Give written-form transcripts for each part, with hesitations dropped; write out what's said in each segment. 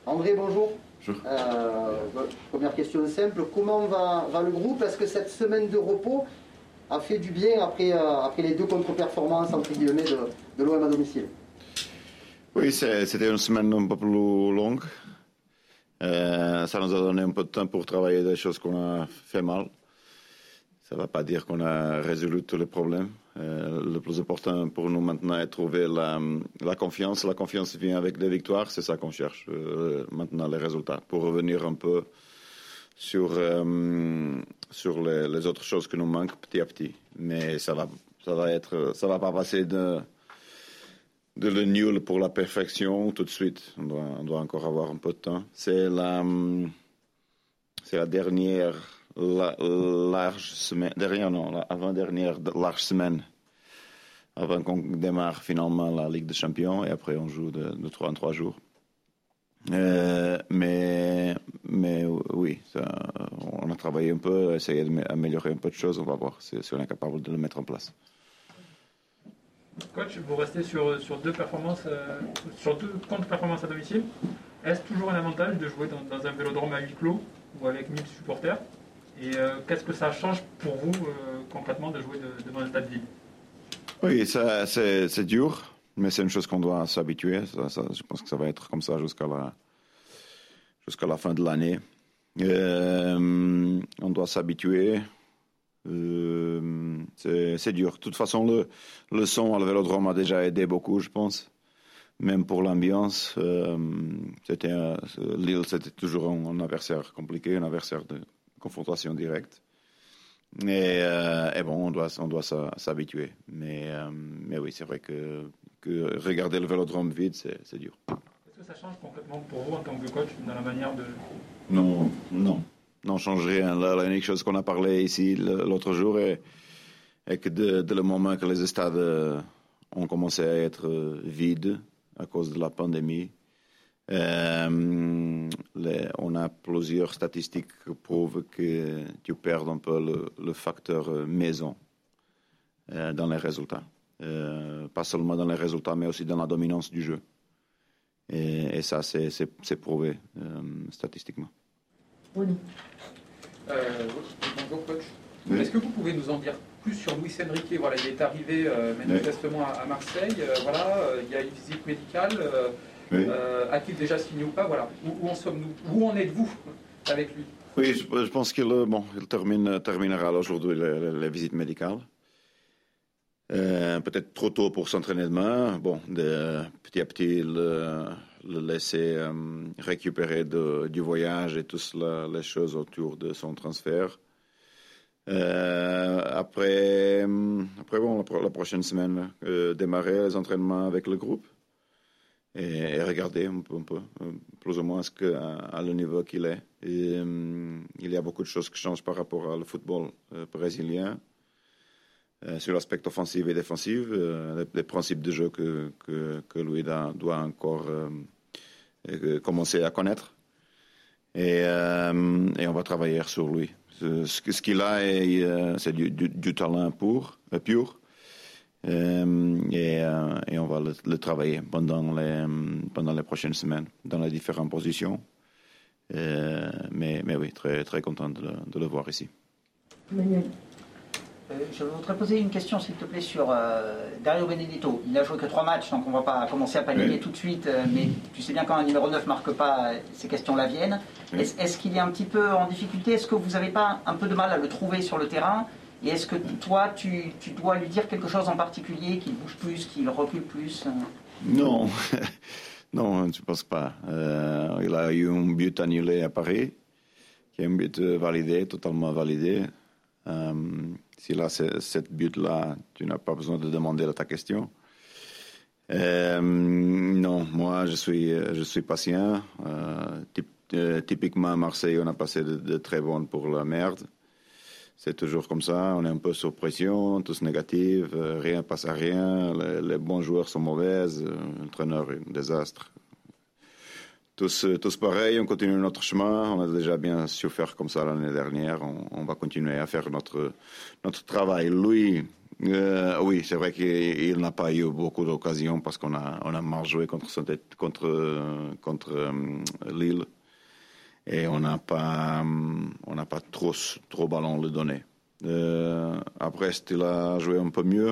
André, bonjour. Bonjour. Première question simple, comment va le groupe? Est-ce que cette semaine de repos a fait du bien après les deux contre-performances entre guillemets de l'OM à domicile? Oui, c'était une semaine un peu plus longue. Ça nous a donné un peu de temps pour travailler des choses qu'on a fait mal. Ça ne va pas dire qu'on a résolu tous les problèmes. Le plus important pour nous maintenant est de trouver la confiance. La confiance vient avec des victoires, c'est ça qu'on cherche maintenant, les résultats, pour revenir un peu sur les autres choses qui nous manquent petit à petit. Mais ça va pas passer de le nul pour la perfection tout de suite. On doit encore avoir un peu de temps. C'est la dernière large semaine, avant-dernière large semaine, avant qu'on démarre finalement la Ligue des Champions, et après on joue de 3 en 3 jours. Mais oui, on a travaillé un peu, essayé d'améliorer un peu de choses, on va voir si on est capable de le mettre en place. Coach, vous restez sur deux contre-performances à domicile. Est-ce toujours un avantage de jouer dans un vélodrome à huis clos ou avec 1000 supporters? Et qu'est-ce que ça change pour vous concrètement de jouer devant un stade vide? Oui, c'est dur, mais c'est une chose qu'on doit s'habituer. Je pense que ça va être comme ça jusqu'à la fin de l'année. On doit s'habituer. C'est dur. De toute façon, le son à le vélodrome a déjà aidé beaucoup, je pense. Même pour l'ambiance, Lille, c'était toujours un adversaire compliqué, un adversaire de confrontation directe. Et bon, on doit s'habituer. Mais oui, c'est vrai que regarder le vélodrome vide, c'est dur. Est-ce que ça change concrètement pour vous en tant que coach dans la manière de... Non, on ne change rien. L'unique chose qu'on a parlé ici l'autre jour est que dès le moment que les stades ont commencé à être vides à cause de la pandémie, on a plusieurs statistiques qui prouvent que tu perds un peu le facteur maison dans les résultats. Pas seulement dans les résultats, mais aussi dans la dominance du jeu. Et ça, c'est prouvé statistiquement. Bruno. Bonjour coach. Oui. Est-ce que vous pouvez nous en dire plus sur Luis Enrique? Voilà, il est arrivé manifestement à Marseille. Il y a une visite médicale. A-t-il déjà signé ou pas? Voilà. Où en sommes-nous? Où en êtes-vous avec lui? Oui, je pense qu'il terminera aujourd'hui les visites médicales. Peut-être trop tôt pour s'entraîner demain. Bon, petit à petit, le laisser récupérer du voyage et toutes les choses autour de son transfert. Après bon, la prochaine semaine, démarrer les entraînements avec le groupe et regarder un peu, plus ou moins à le niveau qu'il est. Et, il y a beaucoup de choses qui changent par rapport au football brésilien. Sur l'aspect offensif et défensif, les principes de jeu que lui doit encore commencer à connaître. Et on va travailler sur lui. Ce qu'il a, c'est du talent pur. Et on va le travailler pendant les prochaines semaines, dans les différentes positions. Mais oui, très, très content de le voir ici. Emmanuel. Je voudrais poser une question, s'il te plaît, sur Dario Benedetto. Il n'a joué que 3 matchs, donc on ne va pas commencer à paniquer tout de suite. Mais tu sais bien, quand un numéro 9 ne marque pas, ces questions-là viennent. Oui. Est-ce qu'il est un petit peu en difficulté? Est-ce que vous n'avez pas un peu de mal à le trouver sur le terrain? Et est-ce que toi, tu dois lui dire quelque chose en particulier, qu'il bouge plus, qu'il recule plus? Non, non, je ne pense pas. Il a eu un but annulé à Paris, qui est un but validé, totalement validé. S'il a cette but-là, tu n'as pas besoin de demander ta question. Non, moi, je suis patient. Typiquement, à Marseille, on a passé de très bonnes pour la merde. C'est toujours comme ça, on est un peu sous pression, tous négatifs, rien passe à rien, les bons joueurs sont mauvais, l'entraîneur est un désastre. Tous pareils, on continue notre chemin, on a déjà bien su faire comme ça l'année dernière, on va continuer à faire notre travail. Lui, Oui, c'est vrai qu'il n'a pas eu beaucoup d'occasions parce qu'on a mal joué contre Lille et on n'a pas trop ballon le donner. À Brest, il a joué un peu mieux.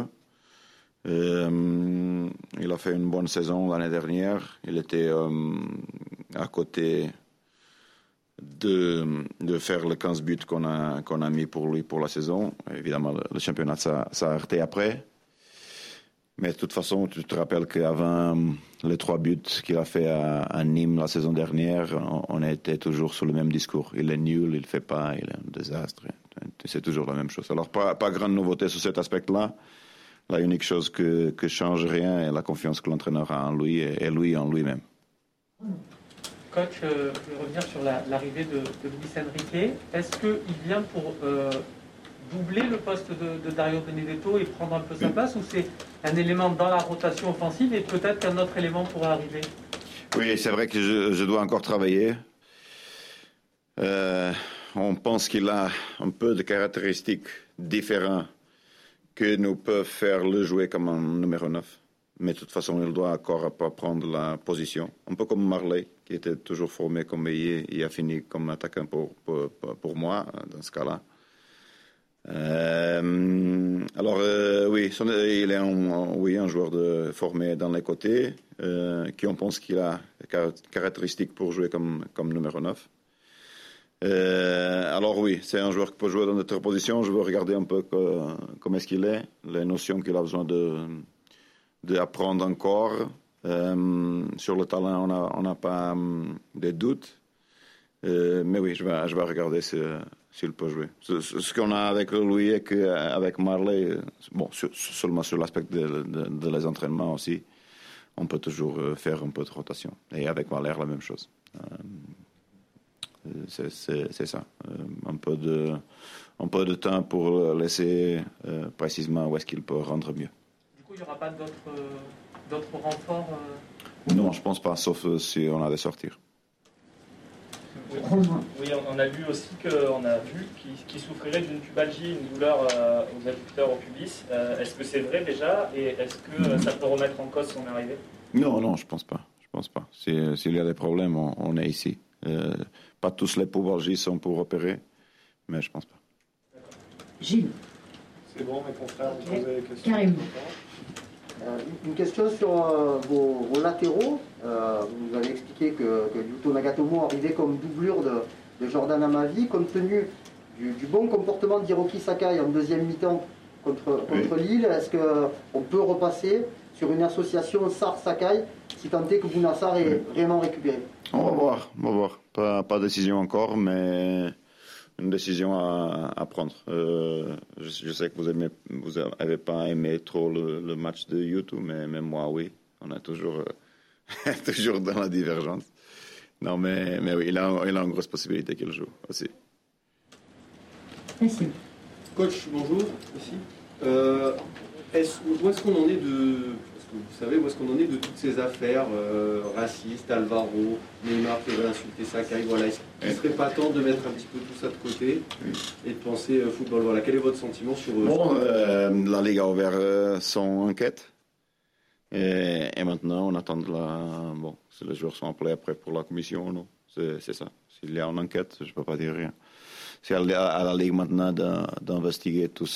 Il a fait une bonne saison l'année dernière. Il était à côté de faire les 15 buts qu'on a mis pour lui pour la saison. Évidemment, le championnat s'est arrêté après. Mais de toute façon, tu te rappelles qu'avant les 3 buts qu'il a fait à Nîmes la saison dernière, on était toujours sur le même discours. Il est nul, il ne fait pas, il est un désastre. C'est toujours la même chose. Alors, pas grande nouveauté sur cet aspect-là. La unique chose que change rien est la confiance que l'entraîneur a en lui et lui en lui-même. Coach, je vais revenir sur l'arrivée de Luis Enrique. Est-ce qu'il vient pour doubler le poste de Dario Benedetto et prendre un peu sa place, ou c'est un élément dans la rotation offensive et peut-être qu'un autre élément pourrait arriver? Oui, c'est vrai que je dois encore travailler. On pense qu'il a un peu de caractéristiques différentes que nous peuvent faire le jouer comme un numéro 9. Mais de toute façon, il doit encore pas prendre la position. Un peu comme Marley, qui était toujours formé comme ailier et a fini comme attaquant pour moi, dans ce cas-là. Alors, oui, il est un joueur formé dans les côtés, qui on pense qu'il a caractéristiques pour jouer comme numéro 9. Alors oui, c'est un joueur qui peut jouer dans d'autres positions. Je veux regarder un peu comment est-ce qu'il est, les notions qu'il a besoin d'apprendre encore. Sur le talent, on n'a pas de doutes. Mais oui, je vais regarder s'il peut jouer. Ce qu'on a avec lui et avec Marley, bon, seulement sur l'aspect de les entraînements aussi, on peut toujours faire un peu de rotation. Et avec Valère, la même chose. C'est ça. Un peu de temps pour laisser précisément où est-ce qu'il peut rendre mieux. Du coup, il n'y aura pas d'autres renforts Non, je ne pense pas, sauf si on a des sortir. Oui, on a lu aussi qu'il souffrirait d'une pubalgie, une douleur aux adducteurs, au pubis. Est-ce que c'est vrai déjà, et est-ce que ça peut remettre en cause son arrivée? Non, je pense pas. S'il y a des problèmes, on est ici. Pas tous les pubalgies sont pour opérer, mais je pense pas. Gilles. C'est bon, mes confrères, vous posez des questions. Carrément. Une question sur vos latéraux. Vous avez expliqué que Yuto Nagatomo arrivait comme doublure de Jordan Amavi, compte tenu du bon comportement d'Hiroki Sakai en deuxième mi-temps contre Lille. Est-ce qu'on peut repasser sur une association Sarr-Sakai si tant est que Bounassar est vraiment récupéré? On va voir. Pas de décision encore, mais une décision à prendre. Je sais que vous n'avez pas aimé trop le match de YouTube, mais même moi, oui. On est toujours dans la divergence. Non, mais oui, il a une grosse possibilité qu'il joue aussi. Merci. Coach, bonjour. Ici. Où est-ce qu'on en est vous savez où est-ce qu'on en est de toutes ces affaires racistes, Alvaro, Neymar qui aurait insulté Sakai, voilà, est-ce qu'il ne serait pas temps de mettre un petit peu tout ça de côté et de penser football? Voilà, quel est votre sentiment sur la Ligue a ouvert son enquête et maintenant on attend si les joueurs sont appelés après pour la commission ou non, c'est ça. S'il y a une enquête, je ne peux pas dire rien. C'est à la Ligue maintenant d'investiguer tout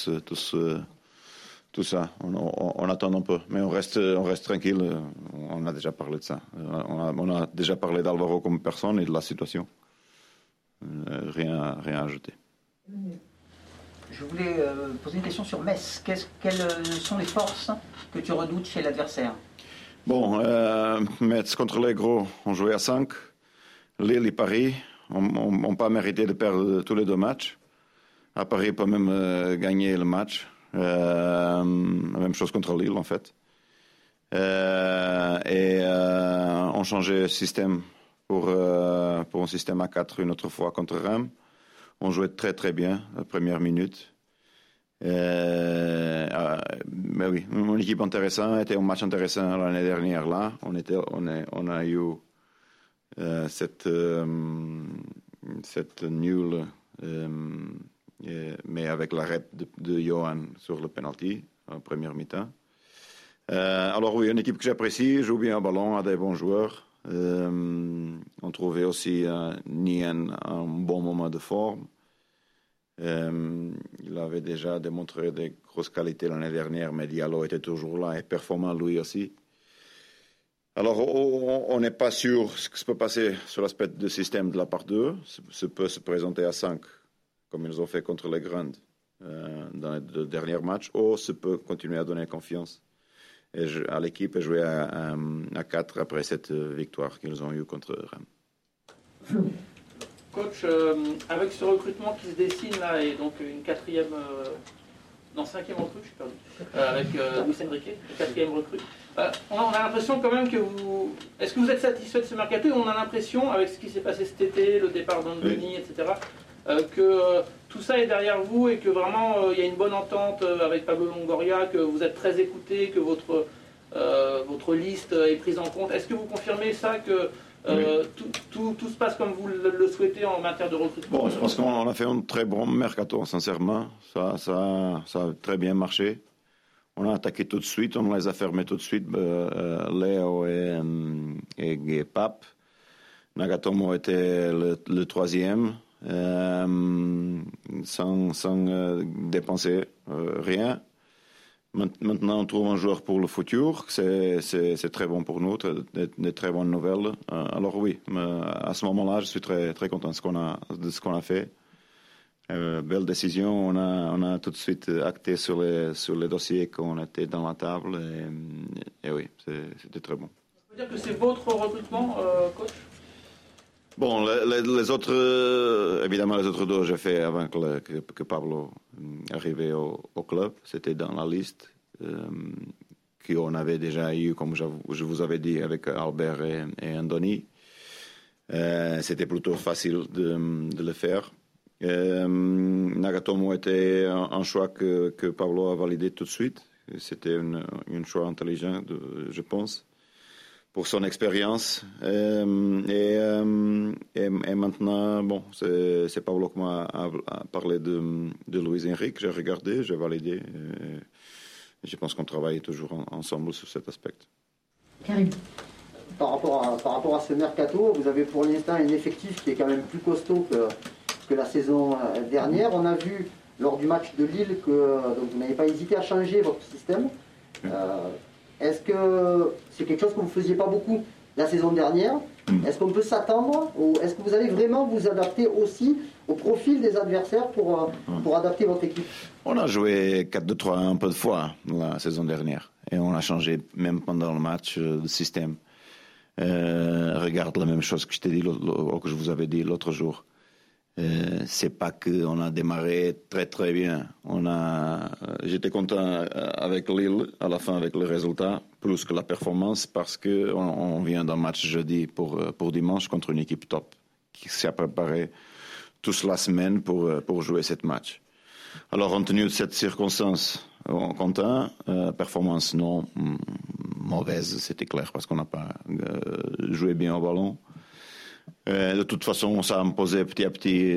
ça, on attend un peu, mais on reste tranquille. On a déjà parlé de ça. On a déjà parlé d'Alvaro comme personne et de la situation. Rien à ajouter. Je voulais poser une question sur Metz. Quelles sont les forces que tu redoutes chez l'adversaire? Bon, Metz contre les gros, on jouait à 5. Lille et Paris n'ont pas mérité de perdre tous les 2 matchs. À Paris, peut même gagner le match. La même chose contre Lille en fait. On changeait de système pour un système à 4 une autre fois contre Reims. On jouait très très bien la première minute. Mais oui, une équipe intéressante, était un match intéressant l'année dernière là. On a eu cette nulle. Mais avec l'arrêt de Johan sur le penalty, en première mi-temps. Alors oui, une équipe que j'apprécie, joue bien au ballon, a des bons joueurs. On trouvait aussi Nien un bon moment de forme. Il avait déjà démontré des grosses qualités l'année dernière, mais Diallo était toujours là et performant lui aussi. Alors on n'est pas sûr ce qui se peut passer sur l'aspect de système de la part d'eux. Ça peut se présenter à 5, comme ils ont fait contre les Grandes dans les 2 derniers matchs, ou ça peut continuer à donner confiance à l'équipe et jouer à 4 après cette victoire qu'ils ont eue contre Rennes. Coach, avec ce recrutement qui se dessine là, et donc une 5e recrue, je suis perdu, avec Luis Enrique, une 4e recrue, on a l'impression quand même que vous... Est-ce que vous êtes satisfait de ce mercato? On a l'impression, avec ce qui s'est passé cet été, le départ d'Andoni, etc., que tout ça est derrière vous et que vraiment il y a une bonne entente avec Pablo Longoria, que vous êtes très écouté, que votre liste est prise en compte. Est-ce que vous confirmez ça, que tout se passe comme vous le souhaitez en matière de recrutement? Bon, je pense qu'on a fait un très bon mercato, sincèrement. Ça a très bien marché. On a attaqué tout de suite, on les a fermés tout de suite, Léo et Pape. Nagatomo était le 3e. Sans dépenser rien. Maintenant, on trouve un joueur pour le futur. C'est très bon pour nous, de très bonnes nouvelles. Alors oui, à ce moment-là, je suis très, très content de ce qu'on a fait. Belle décision. On a tout de suite acté sur les dossiers qu'on était dans la table. Et oui, c'était très bon. Ça veut dire que c'est votre recrutement, coach? Bon, les autres, évidemment, les autres 2, j'ai fait avant que Pablo arrivait au club. C'était dans la liste qu'on avait déjà eu, comme je vous avais dit, avec Albert et Andoni. C'était plutôt facile de le faire. Nagatomo était un choix que Pablo a validé tout de suite. C'était un choix intelligent, je pense, pour son expérience. Et maintenant, bon, c'est Pablo qui m'a parlé de Luis Enrique. J'ai regardé, j'ai validé. Et je pense qu'on travaille toujours ensemble sur cet aspect. Karim. Par rapport à ce mercato, vous avez pour l'instant un effectif qui est quand même plus costaud que la saison dernière. On a vu lors du match de Lille que donc, vous n'avez pas hésité à changer votre système. Est-ce que c'est quelque chose que vous ne faisiez pas beaucoup la saison dernière? Est-ce qu'on peut s'attendre, ou est-ce que vous allez vraiment vous adapter aussi au profil des adversaires pour adapter votre équipe? On a joué 4-2-3 un peu de fois la saison dernière et on a changé même pendant le match de système. Regarde la même chose que je vous avais dit l'autre jour. C'est pas qu'on a démarré très très bien. J'étais content avec Lille à la fin avec le résultat, plus que la performance, parce que on vient d'un match jeudi pour dimanche contre une équipe top qui s'est préparée toute la semaine pour jouer ce match. Alors, en tenu de cette circonstance, on est content. Performance non mauvaise, c'était clair, parce qu'on n'a pas joué bien au ballon. De toute façon, ça a imposé petit à petit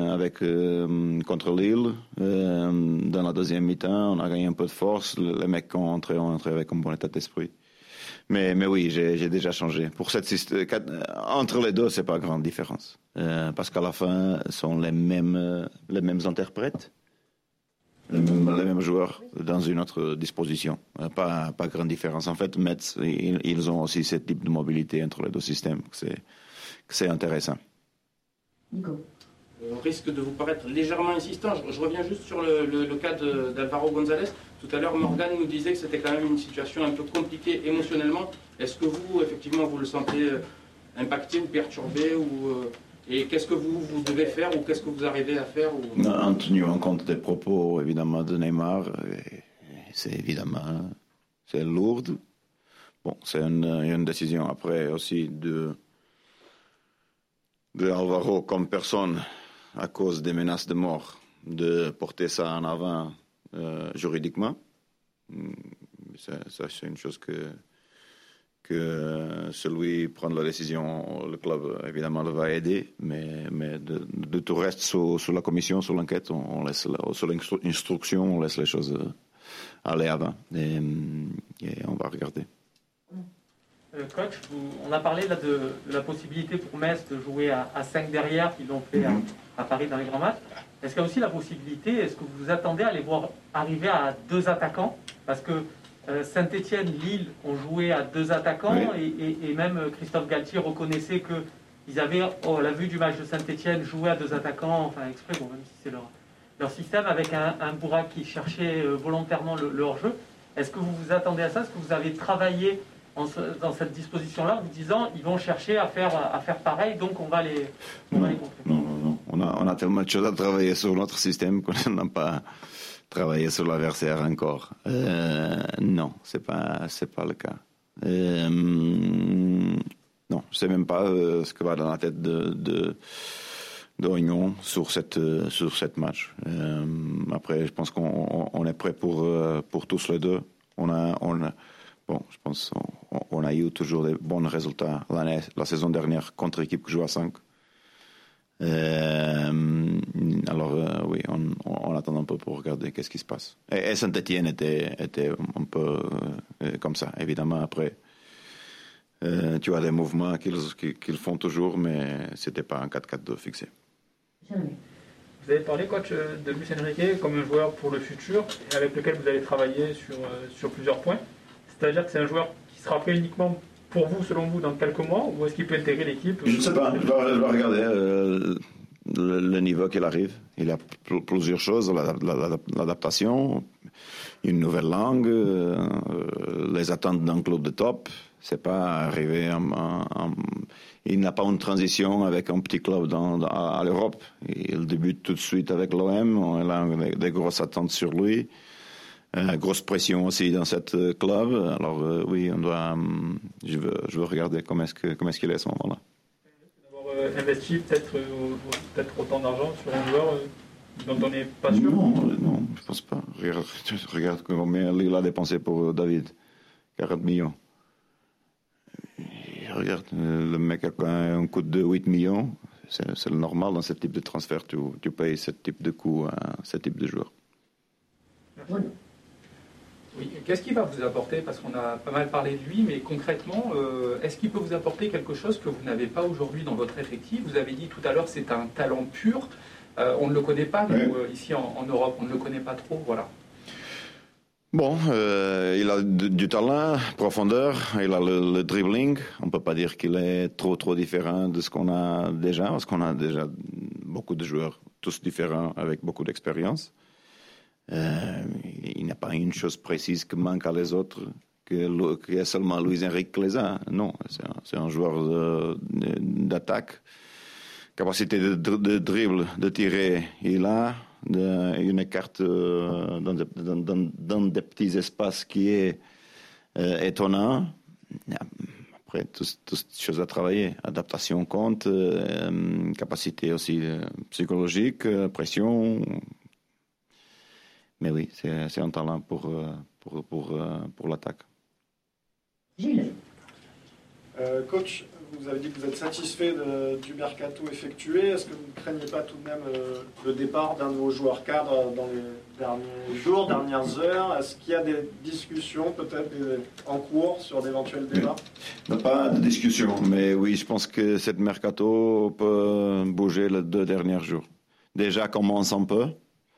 contre Lille. Dans la deuxième mi-temps, on a gagné un peu de force. Les mecs qui ont entré avec un bon état d'esprit. Mais oui, j'ai déjà changé. Pour entre les deux, c'est pas grande différence. Parce qu'à la fin, ce sont les mêmes interprètes. Les mêmes joueurs dans une autre disposition. Pas grande différence. En fait, Metz, ils ont aussi ce type de mobilité entre les deux systèmes. C'est intéressant. Nico. On risque de vous paraître légèrement insistant. Je reviens juste sur le cas d'Alvaro González. Tout à l'heure, Morgan nous disait que c'était quand même une situation un peu compliquée émotionnellement. Est-ce que vous, effectivement, vous le sentez impacté ou perturbé et qu'est-ce que vous devez faire ou qu'est-ce que vous arrivez à faire En tenant compte des propos, évidemment, de Neymar, c'est lourd. Bon, c'est une décision après aussi de Alvaro comme personne, à cause des menaces de mort, de porter ça en avant juridiquement. Ça, c'est une chose que celui prend la décision, le club évidemment le va aider, mais de tout reste sur la commission, sur l'enquête, on laisse sur l'instruction, on laisse les choses aller avant. Et on va regarder. Coach, on a parlé là de la possibilité pour Metz de jouer à 5 derrière, qu'ils l'ont fait à Paris dans les grands matchs. Est-ce qu'il y a aussi la possibilité, est-ce que vous vous attendez à les voir arriver à 2 attaquants? Parce que Saint-Etienne, Lille ont joué à 2 attaquants, et même Christophe Galtier reconnaissait qu'ils avaient, à la vue du match de Saint-Etienne, joué à 2 attaquants, enfin exprès, bon, même si c'est leur système, avec un Bourak qui cherchait volontairement le hors-jeu. Est-ce que vous vous attendez à ça? Est-ce que vous avez travaillé dans cette disposition-là, vous disant ils vont chercher à faire pareil, donc on va les contrer? Non. On a tellement de choses à travailler sur notre système qu'on n'a pas travaillé sur l'adversaire encore. Non, c'est pas le cas. Non, je sais même pas ce que va dans la tête de Oignon sur cette match. Après, je pense qu'on est prêt pour tous les deux. Bon, je pense qu'on a eu toujours des bons résultats la saison dernière contre l'équipe qui joue à 5. Alors oui, on attend un peu pour regarder qu'est-ce qui se passe. Et Saint-Etienne était un peu comme ça, évidemment. Après, tu as des mouvements qu'ils font toujours, mais c'était pas un 4-4-2 fixé. Vous avez parlé, coach, de Luis Enrique comme un joueur pour le futur, et avec lequel vous allez travailler sur plusieurs points. C'est-à-dire que c'est un joueur qui sera prêt uniquement pour vous, selon vous, dans quelques mois, ou est-ce qu'il peut intégrer l'équipe? Je ne sais pas, je vais regarder le niveau qu'il arrive. Il a plusieurs choses, l'adaptation, une nouvelle langue, les attentes d'un club de top. C'est pas arrivé il n'a pas une transition avec un petit club à l'Europe. Il débute tout de suite avec l'OM, on a des grosses attentes sur lui. Grosse pression aussi dans cette club. Alors oui, je veux regarder comment est-ce qu'il est à ce moment-là. D'avoir investi peut-être autant d'argent sur un joueur dont on n'est pas sûr? Non, je pense pas. Regarde combien Lille a dépensé pour David. 40 millions. Et regarde, le mec a un coût de 8 millions. C'est le normal dans ce type de transfert. Tu payes ce type de coût à ce type de joueur. Oui, qu'est-ce qu'il va vous apporter? Parce qu'on a pas mal parlé de lui, mais concrètement, est-ce qu'il peut vous apporter quelque chose que vous n'avez pas aujourd'hui dans votre effectif? Vous avez dit tout à l'heure que c'est un talent pur. On ne le connaît pas, nous, ici en Europe, on ne le connaît pas trop, voilà. Bon, il a du talent, profondeur, il a le dribbling. On ne peut pas dire qu'il est trop différent de ce qu'on a déjà, parce qu'on a déjà beaucoup de joueurs, tous différents, avec beaucoup d'expérience. Il n'y a pas une chose précise qui manque à les autres, que est seulement Luis Enrique qui les a. Non, c'est un joueur d'attaque. Capacité de dribble, de tirer, il a une carte dans des petits espaces qui est étonnant. Après, toutes choses à travailler. Adaptation compte, capacité aussi psychologique, pression. Mais oui, c'est un talent pour l'attaque. Gilles. Coach, vous avez dit que vous êtes satisfait du mercato effectué. Est-ce que vous ne craignez pas tout de même le départ d'un de vos joueurs cadres dans les derniers jours, dernières heures? Est-ce qu'il y a des discussions peut-être en cours sur d'éventuels débats? Pas de discussion, mais oui, je pense que cette mercato peut bouger les 2 derniers jours. Déjà commence un peu.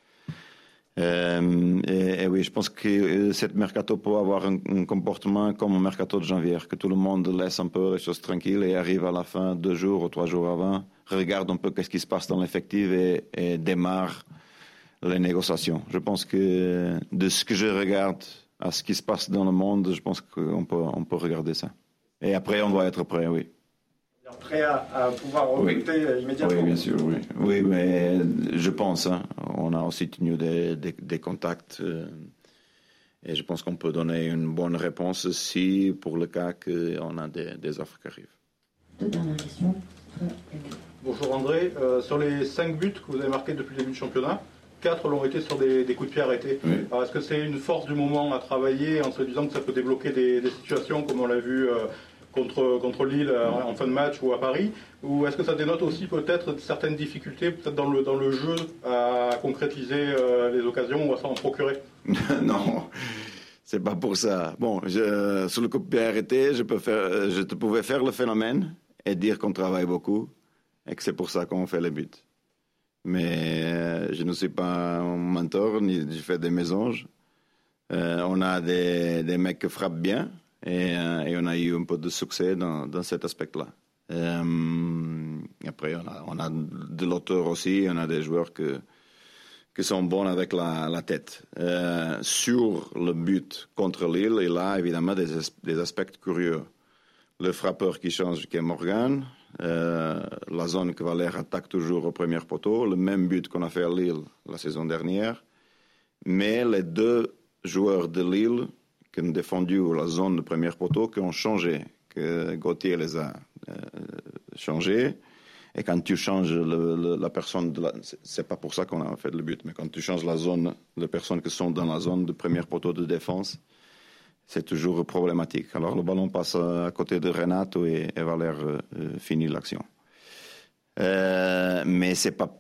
Et oui, je pense que cette mercato peut avoir un comportement comme un mercato de janvier, que tout le monde laisse un peu les choses tranquilles et arrive à la fin 2 jours ou 3 jours avant, regarde un peu qu'est-ce qui se passe dans l'effectif et démarre les négociations. Je pense que de ce que je regarde à ce qui se passe dans le monde, je pense qu'on peut regarder ça. Et après, on doit être prêt, oui. Prêt à pouvoir recruter immédiatement? Oui, bien sûr, oui. Oui, mais je pense, on a aussi tenu des contacts et je pense qu'on peut donner une bonne réponse si, pour le cas qu'on a des offres qui arrivent. 2 dernières questions. Bonjour André, sur les 5 buts que vous avez marqués depuis le début du championnat, 4 l'ont été sur des coups de pied arrêtés. Oui. Alors est-ce que c'est une force du moment à travailler en se disant que ça peut débloquer des situations comme on l'a vu contre Lille en fin de match ou à Paris? Ou est-ce que ça dénote aussi peut-être certaines difficultés peut-être dans le jeu à concrétiser les occasions ou à s'en procurer? Non, c'est pas pour ça. Bon, sur le coup de pied arrêté, je pouvais faire le phénomène et dire qu'on travaille beaucoup et que c'est pour ça qu'on fait les buts. Mais je ne suis pas un mentor, ni je fais des mésanges. On a des mecs qui frappent bien et on a eu un peu de succès dans cet aspect-là. Après, on a de l'auteur aussi, on a des joueurs qui sont bons avec la tête. Sur le but contre Lille, il a évidemment des aspects curieux. Le frappeur qui change, qui est Morgan, la zone que Valère attaque toujours au premier poteau, le même but qu'on a fait à Lille la saison dernière, mais les deux joueurs de Lille qui ont défendu la zone de premier poteau qui ont changé, que Gauthier les a changés. Et quand tu changes la personne, c'est pas pour ça qu'on a fait le but, mais quand tu changes la zone, les personnes qui sont dans la zone de premier poteau de défense, c'est toujours problématique. Alors le ballon passe à côté de Renato et Valère finit l'action. Mais c'est pas...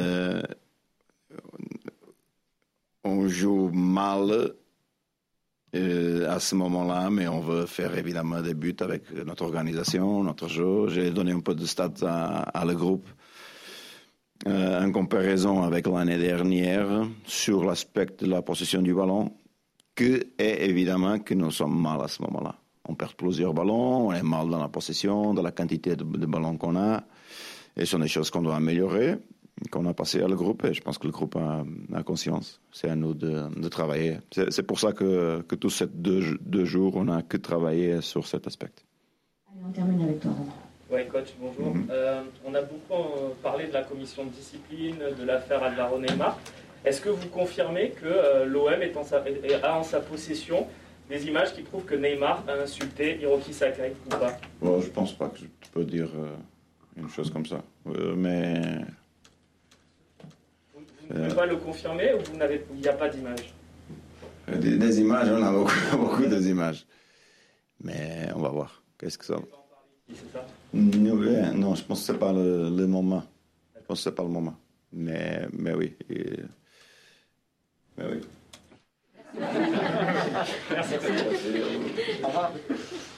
on joue mal à ce moment-là, mais on veut faire évidemment des buts avec notre organisation, notre jeu. J'ai donné un peu de stats à le groupe en comparaison avec l'année dernière sur l'aspect de la possession du ballon, que est évidemment que nous sommes mal à ce moment-là. On perd plusieurs ballons, on est mal dans la possession, dans la quantité de ballons qu'on a, et ce sont des choses qu'on doit améliorer, qu'on a passé à le groupe, et je pense que le groupe a conscience. C'est à nous de travailler. C'est pour ça que tous ces deux jours, on n'a que travaillé sur cet aspect. Allez, on termine avec toi, Romain. Oui, coach, bonjour. On a beaucoup parlé de la commission de discipline, de l'affaire Alvaro Neymar. Est-ce que vous confirmez que l'OM a en sa possession des images qui prouvent que Neymar a insulté Hiroki Sakai ou pas? Bon, je ne pense pas que je peux dire une chose comme ça. Mais... Vous ne pouvez pas le confirmer ou il n'y a pas d'images? Des images, on a beaucoup d'images. Mais on va voir. Qu'est-ce que ça va? C'est ça? Non, je pense que ce n'est pas le moment. Je pense que ce n'est pas le moment. Mais oui. Mais oui. Merci. Au revoir.